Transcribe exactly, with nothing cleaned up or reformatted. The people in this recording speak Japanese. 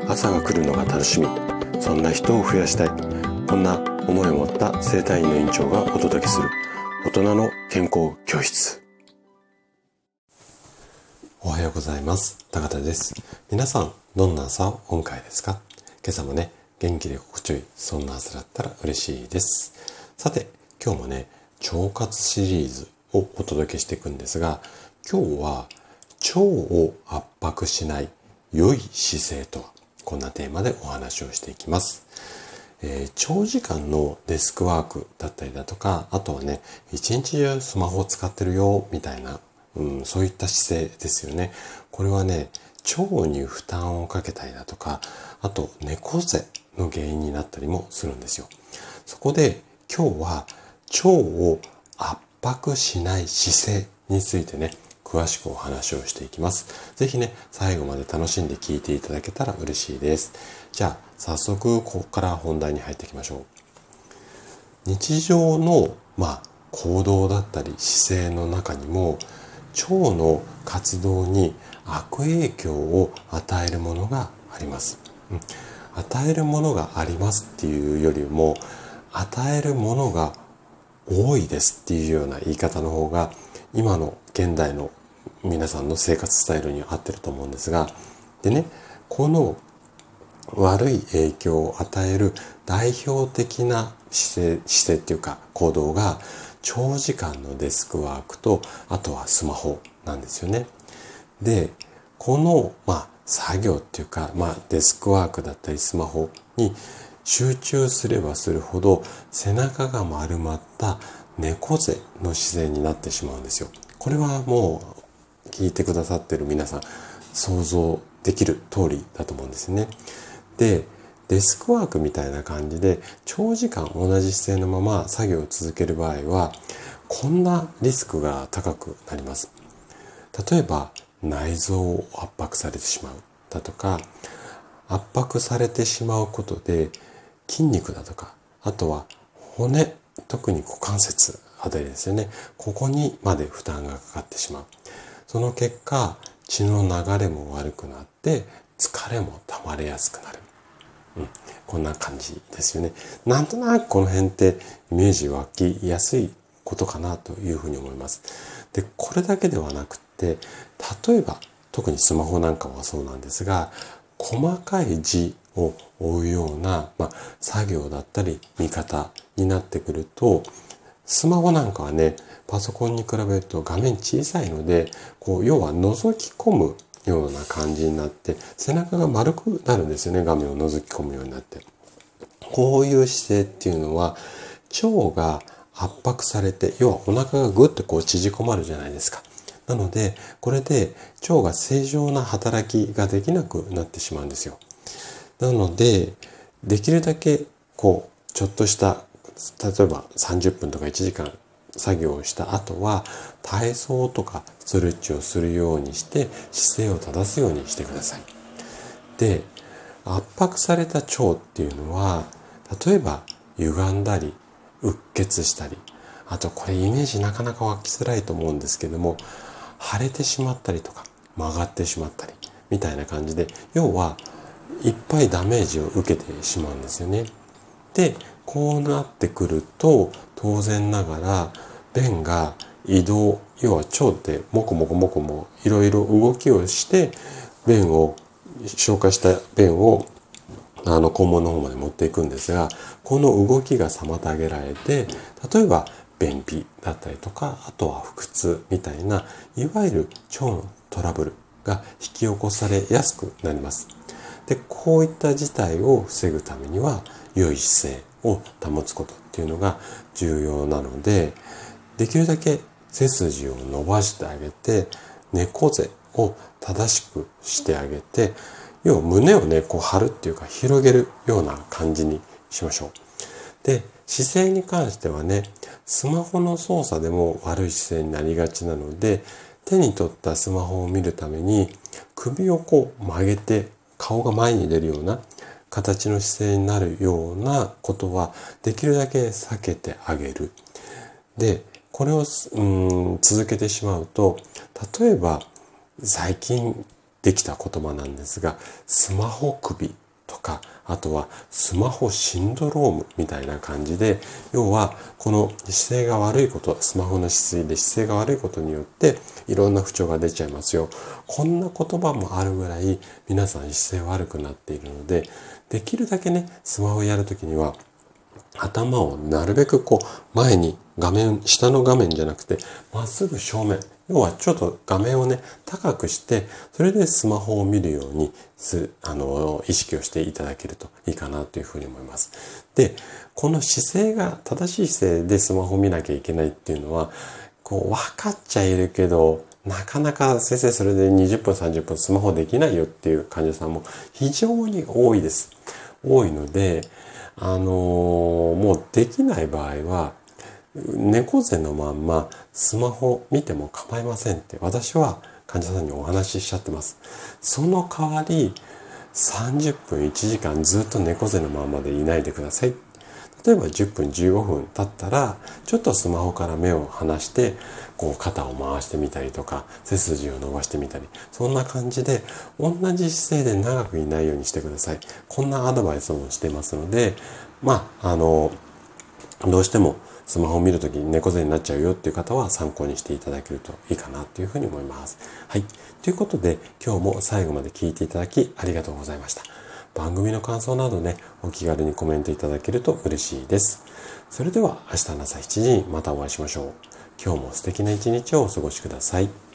朝が来るのが楽しみ、そんな人を増やしたい、こんな思いを持った整体院の院長がお届けする大人の健康教室。おはようございます。高田です。皆さんどんな朝をお迎えですか？今朝もね、元気で心地よい、そんな朝だったら嬉しいです。さて、今日もね、腸活シリーズをお届けしていくんですが、今日は腸を圧迫しない良い姿勢とは、こんなテーマでお話をしていきます。えー、長時間のデスクワークだったりだとか、あとはね、一日中スマホを使ってるよみたいな、うん、そういった姿勢ですよね。これはね、腸に負担をかけたりだとか、あと猫背の原因になったりもするんですよ。そこで今日は腸を圧迫しない姿勢についてね、詳しくお話をしていきます。ぜひね、最後まで楽しんで聞いていただけたら嬉しいです。じゃあ、早速ここから本題に入っていきましょう。日常の、まあ、行動だったり姿勢の中にも、腸の活動に悪影響を与えるものがあります。うん、与えるものがありますっていうよりも、与えるものが多いですっていうような言い方の方が、今の現代の皆さんの生活スタイルに合ってると思うんですが、でね、この悪い影響を与える代表的な姿勢、姿勢っていうか行動が、長時間のデスクワークと、あとはスマホなんですよね。で、この、まあ、作業っていうか、まあ、デスクワークだったりスマホに集中すればするほど、背中が丸まった猫背の姿勢になってしまうんですよ。これはもう、聞いてくださってる皆さん想像できる通りだと思うんですね。で、デスクワークみたいな感じで長時間同じ姿勢のまま作業を続ける場合は、こんなリスクが高くなります。例えば内臓を圧迫されてしまうだとか、圧迫されてしまうことで筋肉だとか、あとは骨、特に股関節あたりですよね、ここにまで負担がかかってしまう。その結果、血の流れも悪くなって疲れも溜まりやすくなる。うん、こんな感じですよね。なんとなくこの辺ってイメージ湧きやすいことかなというふうに思います。で、これだけではなくって、例えば特にスマホなんかはそうなんですが、細かい字を追うような、まあ、作業だったり見方になってくると、スマホなんかはね、パソコンに比べると画面小さいので、こう、要は覗き込むような感じになって、背中が丸くなるんですよね。画面を覗き込むようになって。こういう姿勢っていうのは、腸が圧迫されて、要はお腹がぐっとこう縮こまるじゃないですか。なので、これで腸が正常な働きができなくなってしまうんですよ。なので、できるだけ、こう、ちょっとした、例えばさんじゅっぷんとかいちじかん作業をした後は、体操とかストレッチをするようにして、姿勢を正すようにしてください。で、圧迫された腸っていうのは、例えば歪んだり、うっ血したり、あとこれイメージなかなか湧きづらいと思うんですけども、腫れてしまったりとか、曲がってしまったり、みたいな感じで、要はいっぱいダメージを受けてしまうんですよね。で、こうなってくると、当然ながら便が移動、要は腸ってもこもこもこもいろいろ動きをして、便を、消化した便をあの肛門の方まで持っていくんですが、この動きが妨げられて、例えば便秘だったりとか、あとは腹痛みたいな、いわゆる腸のトラブルが引き起こされやすくなります。で、こういった事態を防ぐためには、良い姿勢を保つことっていうのが重要なので、できるだけ背筋を伸ばしてあげて、猫背を正しくしてあげて、要は胸をね、こう張るっていうか広げるような感じにしましょう。で、姿勢に関してはね、スマホの操作でも悪い姿勢になりがちなので、手に取ったスマホを見るために首をこう曲げて顔が前に出るような形の姿勢になるようなことはできるだけ避けてあげる。で、これをうん続けてしまうと、例えば最近できた言葉なんですが、スマホ首とか、あとはスマホシンドロームみたいな感じで、要はこの姿勢が悪いこと、スマホの姿勢で姿勢が悪いことによっていろんな不調が出ちゃいますよ。こんな言葉もあるぐらい皆さん姿勢悪くなっているので、できるだけね、スマホをやるときには頭をなるべくこう前に画面、下の画面じゃなくてまっすぐ正面、要はちょっと画面をね高くして、それでスマホを見るようにすあの意識をしていただけるといいかなというふうに思います。で、この姿勢が正しい姿勢でスマホを見なきゃいけないっていうのはこう分かっちゃいるけど、なかなか先生それでにじゅっぷんさんじゅっぷんスマホできないよっていう患者さんも非常に多いです。多いので、あのー、もうできない場合は猫背のまんまスマホ見ても構いませんって私は患者さんにお話ししちゃってます。その代わりさんじゅっぷんいちじかんずっと猫背のままでいないでください。例えばじゅっぷんじゅうごふん経ったらちょっとスマホから目を離してこう肩を回してみたりとか背筋を伸ばしてみたり、そんな感じで同じ姿勢で長くいないようにしてください。こんなアドバイスもしてますので、まああのどうしてもスマホを見るときに猫背になっちゃうよっていう方は参考にしていただけるといいかなというふうに思います。はい。ということで今日も最後まで聞いていただきありがとうございました。番組の感想などね、お気軽にコメントいただけると嬉しいです。それでは明日の朝しちじにまたお会いしましょう。今日も素敵な一日をお過ごしください。